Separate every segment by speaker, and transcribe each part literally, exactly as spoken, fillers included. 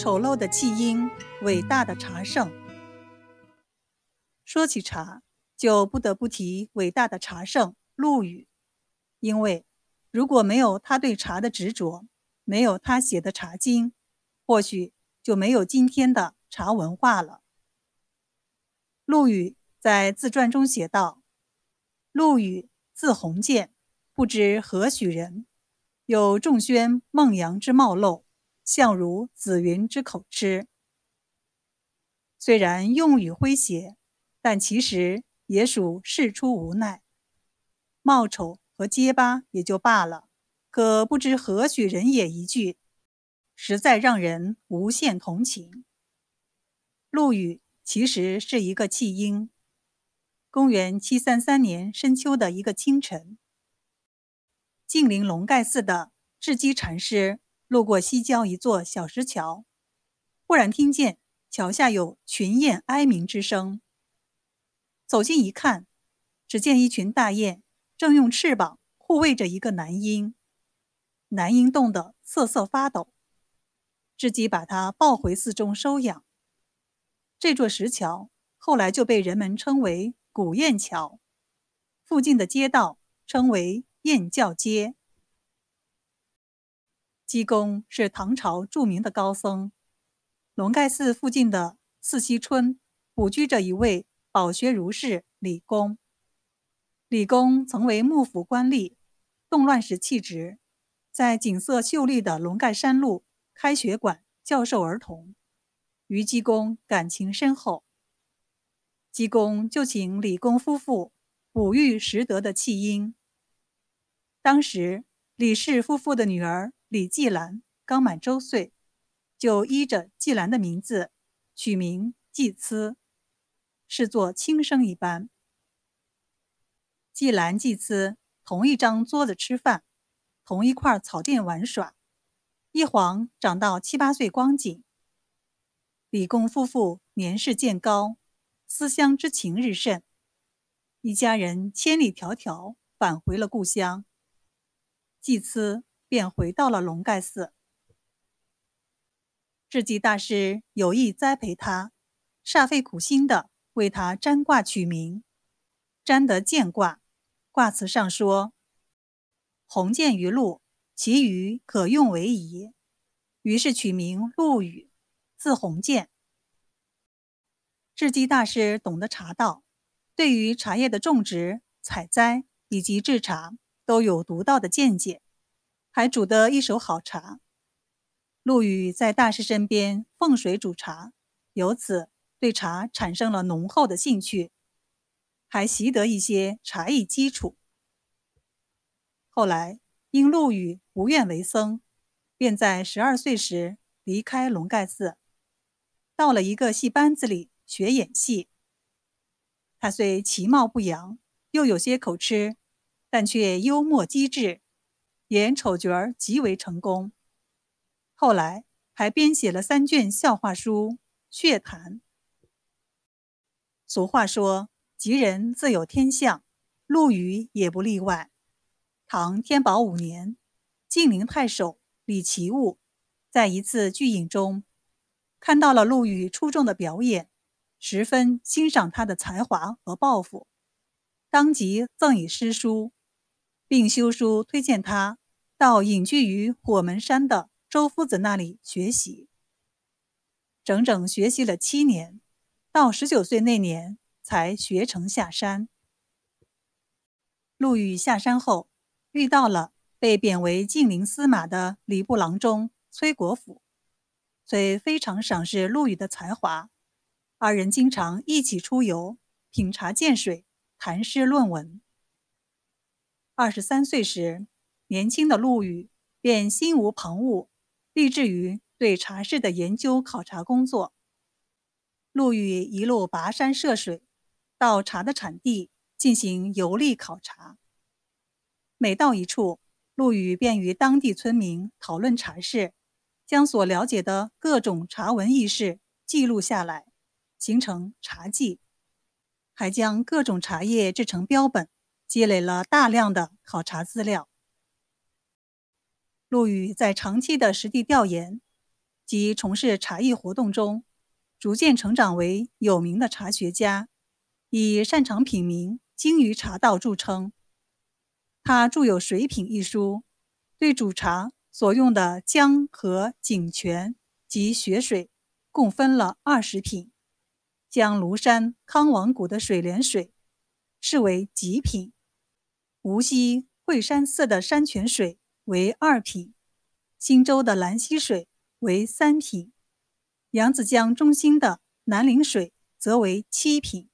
Speaker 1: 丑陋的弃婴，伟大的茶圣。说起茶，就不得不提伟大的茶圣陆羽，因为如果没有他对茶的执着，没有他写的茶经，或许就没有今天的茶文化了。陆羽在自传中写道：陆羽字鸿渐，不知何许人，有仲宣孟阳之貌陋，相如紫云之口吃。虽然用语诙谐，但其实也属事出无奈。貌丑和结巴也就罢了，可不知何许人也一句，实在让人无限同情。陆羽其实是一个弃婴。公元七三三年深秋的一个清晨，晋陵龙盖寺的智积禅师路过西郊一座小石桥，忽然听见桥下有群雁哀鸣之声。走近一看，只见一群大雁正用翅膀护卫着一个男婴，男婴冻得瑟瑟发抖。智积把他抱回寺中收养。这座石桥后来就被人们称为古雁桥，附近的街道称为雁教街。济公是唐朝著名的高僧，龙盖寺附近的四溪村卜居着一位饱学儒士李公。李公曾为幕府官吏，动乱时弃职，在景色秀丽的龙盖山路开学馆教授儿童，与济公感情深厚。济公就请李公夫妇哺育识得的弃婴。当时李氏夫妇的女儿李季兰刚满周岁，就依着季兰的名字取名季呲，视作亲生一般。季兰季呲同一张桌子吃饭，同一块草垫玩耍，一晃长到七八岁光景。李公夫妇年事渐高，思乡之情日甚，一家人千里迢迢返回了故乡。季呲便回到了龙盖寺。智积大师有意栽培他，煞费苦心地为他占卦取名。占得见卦，卦辞上说：鸿渐于陆，其余可用为宜。于是取名陆羽，字鸿渐。智积大师懂得茶道，对于茶叶的种植、采摘以及制茶都有独到的见解，还煮得一手好茶。陆羽在大师身边奉水煮茶，由此对茶产生了浓厚的兴趣，还习得一些茶艺基础。后来因陆羽不愿为僧，便在十二岁时离开龙盖寺，到了一个戏班子里学演戏。他虽其貌不扬，又有些口吃，但却幽默机智，演丑角儿极为成功。后来还编写了三卷笑话书《血谈》。俗话说，吉人自有天相，陆羽也不例外。唐天宝五年，晋陵太守李奇物在一次聚饮中看到了陆羽出众的表演，十分欣赏他的才华和抱负，当即赠以诗书，并修书推荐他到隐居于火门山的周夫子那里学习。整整学习了七年，到十九岁那年才学成下山。陆羽下山后，遇到了被贬为晋陵司马的礼部郎中崔国辅，虽非常赏识陆羽的才华，二人经常一起出游，品茶见水，谈诗论文。二十三岁时，年轻的陆羽便心无旁骛，立志于对茶事的研究考察工作。陆羽一路跋山涉水，到茶的产地进行游历考察。每到一处，陆羽便与当地村民讨论茶事，将所了解的各种茶文轶事记录下来，形成茶记，还将各种茶叶制成标本，积累了大量的考察资料。陆羽在长期的实地调研， 及从事茶艺活动中，逐渐成长为有名的茶学家，以擅长品茗、精于茶道著称。他著有《水品》一书，对煮茶所用的江河井泉及雪水共分了二十品，将庐山康王谷的水莲水视为极品，无锡惠山寺的山泉水为二品，新州的兰溪水为三品，扬子江中心的南陵水则为七品。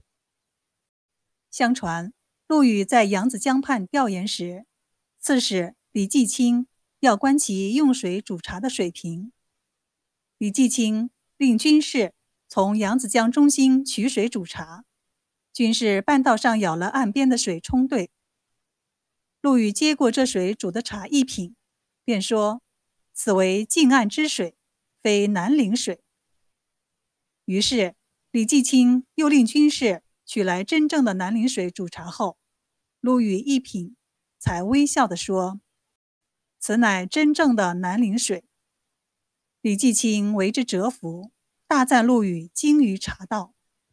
Speaker 1: 相传陆羽在扬子江畔调研时，刺史李继清要观其用水煮茶的水平。李继清令军士从扬子江中心取水煮茶，军士半道上舀了岸边的水冲兑。陆羽接过这水煮的茶一品，便说：“此为近岸之水，非南陵水。”于是李继清又令军士取来真正的南陵水煮茶后，陆羽一品，才微笑地说：“此乃真正的南陵水。”李继清为之折服，大赞陆羽精于茶道。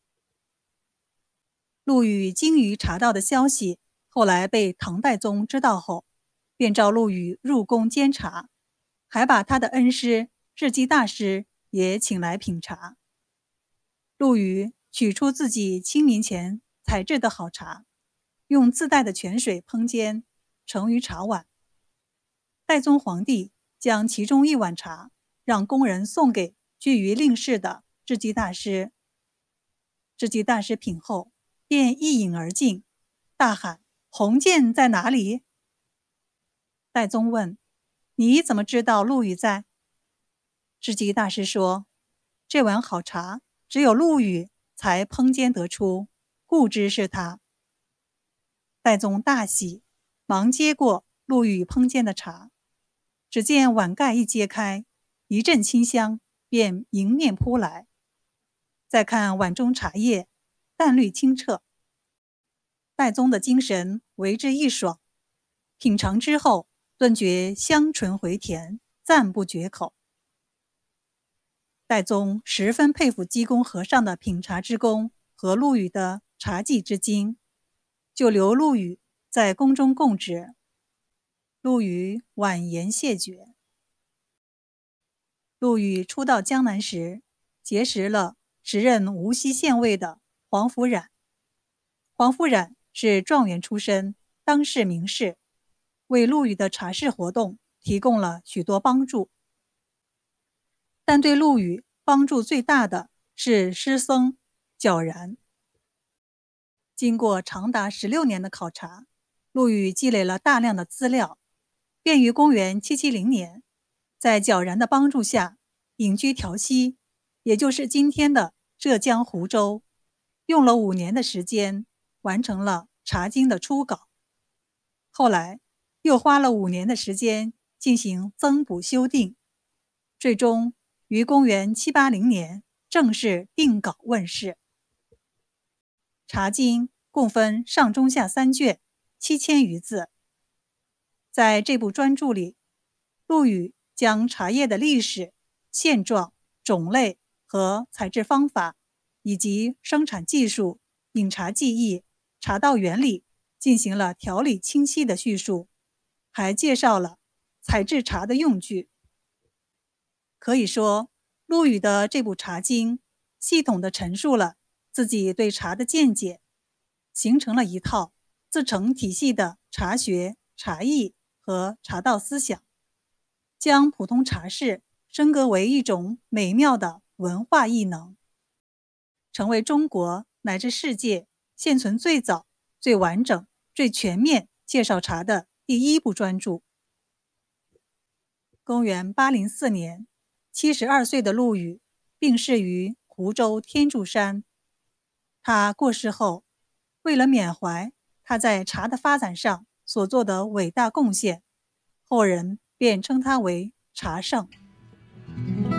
Speaker 1: 陆羽精于茶道的消息后来被唐代宗知道后，便召陆羽入宫监察，还把他的恩师智积大师也请来品茶。陆羽取出自己清明前采制的好茶，用自带的泉水烹煎，盛于茶碗。代宗皇帝将其中一碗茶让工人送给居于令室的智积大师。智积大师品后，便一饮而尽，大喊：“鸿渐在哪里？”代宗问：“你怎么知道陆羽在？”智积大师说：“这碗好茶只有陆羽才烹煎得出，故知是他。”代宗大喜，忙接过陆羽烹煎的茶，只见碗盖一揭开，一阵清香便迎面扑来。再看碗中茶叶，淡绿清澈，代宗的精神为之一爽，品尝之后顿觉香醇回甜，赞不绝口。代宗十分佩服济公和尚的品茶之功和陆羽的茶技之精，就留陆羽在宫中供职。陆羽婉言谢绝。陆羽初到江南时，结识了时任无锡县尉的黄福冉。黄福冉是状元出身，当世名士，为陆羽的茶事活动提供了许多帮助。但对陆羽帮助最大的是师僧皎然。经过长达十六年的考察，陆羽积累了大量的资料，便于公元七七零年，在皎然的帮助下，隐居调溪，也就是今天的浙江湖州，用了五年的时间，完成了《茶经》的初稿。后来又花了五年的时间进行增补修订，最终于公元七八零年正式定稿问世。《茶经》共分上中下三卷，七千余字。在这部专著里，陆羽将茶叶的历史、现状、种类和采制方法，以及生产技术、饮茶技艺、茶道原理进行了条理清晰的叙述，还介绍了采制茶的用具。可以说，陆羽的这部《茶经》系统地陈述了自己对茶的见解，形成了一套自成体系的茶学、茶艺和茶道思想，将普通茶事升格为一种美妙的文化艺能，成为中国乃至世界现存最早、最完整、最全面介绍茶的第一部专著。公元八零四年，七十二岁的陆羽病逝于湖州天柱山。他过世后，为了缅怀他在茶的发展上所做的伟大贡献，后人便称他为茶圣。